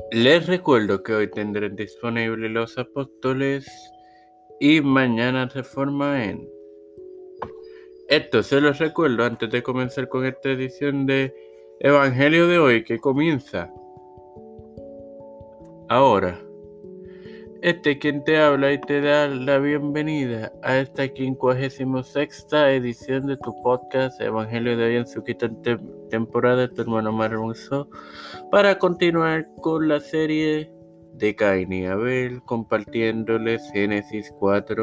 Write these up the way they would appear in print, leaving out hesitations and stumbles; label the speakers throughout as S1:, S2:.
S1: Les recuerdo que hoy tendré disponibles los apóstoles y mañana Reforma en. Esto se los recuerdo antes de comenzar con esta edición de Evangelio de hoy que comienza ahora. Quien te habla y te da la bienvenida a esta 56ª edición de tu podcast Evangelio de hoy en su quinta temporada de tu hermano Marmoso, para continuar con la serie de Caín y Abel, compartiéndoles Génesis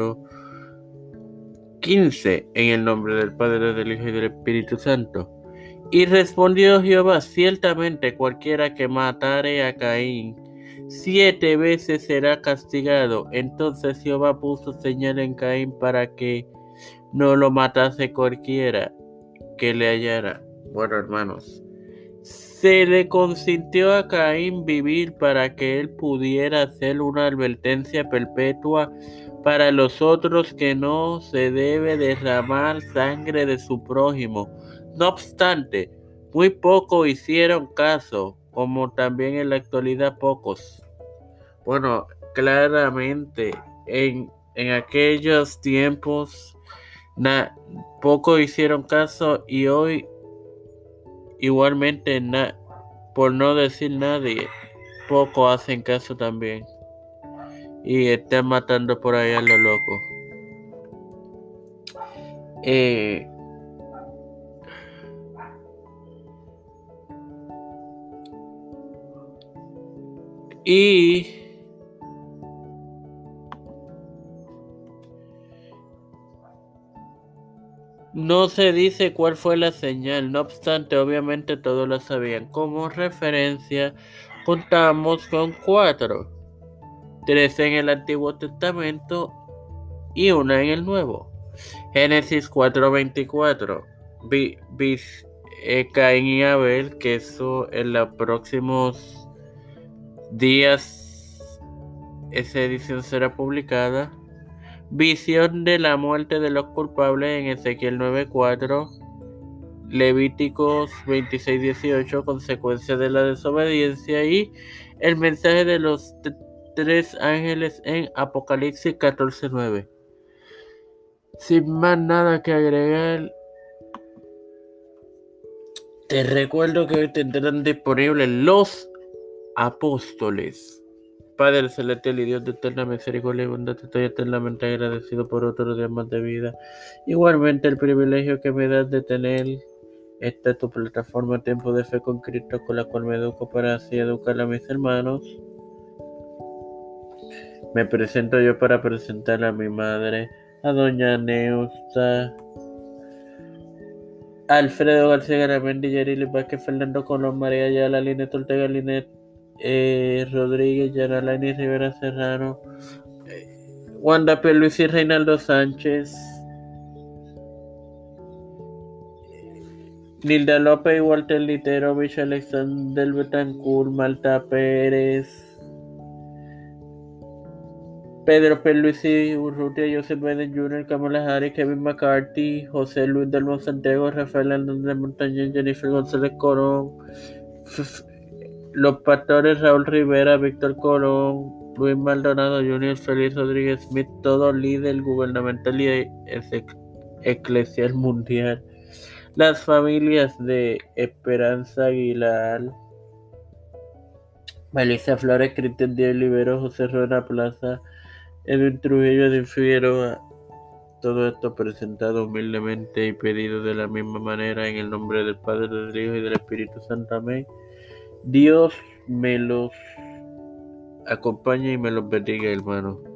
S1: 4:15 en el nombre del Padre, del Hijo y del Espíritu Santo. Y respondió Jehová: ciertamente cualquiera que matare a Caín 7 veces será castigado. Entonces Jehová puso señal en Caín para que no lo matase cualquiera que le hallara. Bueno, hermanos, se le consintió a Caín vivir para que él pudiera hacer una advertencia perpetua para los otros que no se debe derramar sangre de su prójimo. No obstante, muy pocos hicieron caso, como también en la actualidad pocos. Bueno, claramente en aquellos tiempos pocos hicieron caso, y hoy igualmente, por no decir nadie, pocos hacen caso también y están matando por ahí a lo loco. Y no se dice cuál fue la señal, no obstante, obviamente todos lo sabían. Como referencia, contamos con 4, 3 en el Antiguo Testamento y 1 en el Nuevo. Génesis 4:24. Caín y Abel, que eso en los próximos días esa edición será publicada. Visión de la muerte de los culpables en Ezequiel 9:4. Levíticos 26:18, consecuencia de la desobediencia, y el mensaje de los 3 ángeles en Apocalipsis 14:9. Sin más nada que agregar, te recuerdo que hoy tendrán disponibles los apóstoles. Padre celestial y Dios de eterna misericordia y bondad, estoy eternamente agradecido por otro día más de vida. Igualmente el privilegio que me das de tener esta tu plataforma Tiempo de Fe con Cristo, con la cual me educo para así educar a mis hermanos. Me presento yo para presentar a mi madre, a doña Neusta, Alfredo García Garamendi, Yarili Vázquez, Fernando Colón, María Ayala, Linet Ortega, Linet Rodríguez, Yanalaini Rivera Serrano, Wanda P. Luis y Reinaldo Sánchez, Nilda López y Walter Literovich, Alexander Betancourt, Malta Pérez, Pedro P. Luis y Urrutia, Joseph Biden Jr., Kamala Harris, Kevin McCarthy, José Luis del Santiago, Rafael Hernández Montañez, Jennifer González Corón, los pastores Raúl Rivera, Víctor Colón, Luis Maldonado Jr., Félix Rodríguez Smith, todo líder gubernamental y eclesial mundial. Las familias de Esperanza Aguilar, Melissa Flores, Cristian Díaz Olivero, José Rueda Plaza, Edwin Trujillo, Edwin Figueroa. Todo esto presentado humildemente y pedido de la misma manera en el nombre del Padre, del Hijo y del Espíritu Santo. Amén. Dios me los acompañe y me los bendiga, hermanos.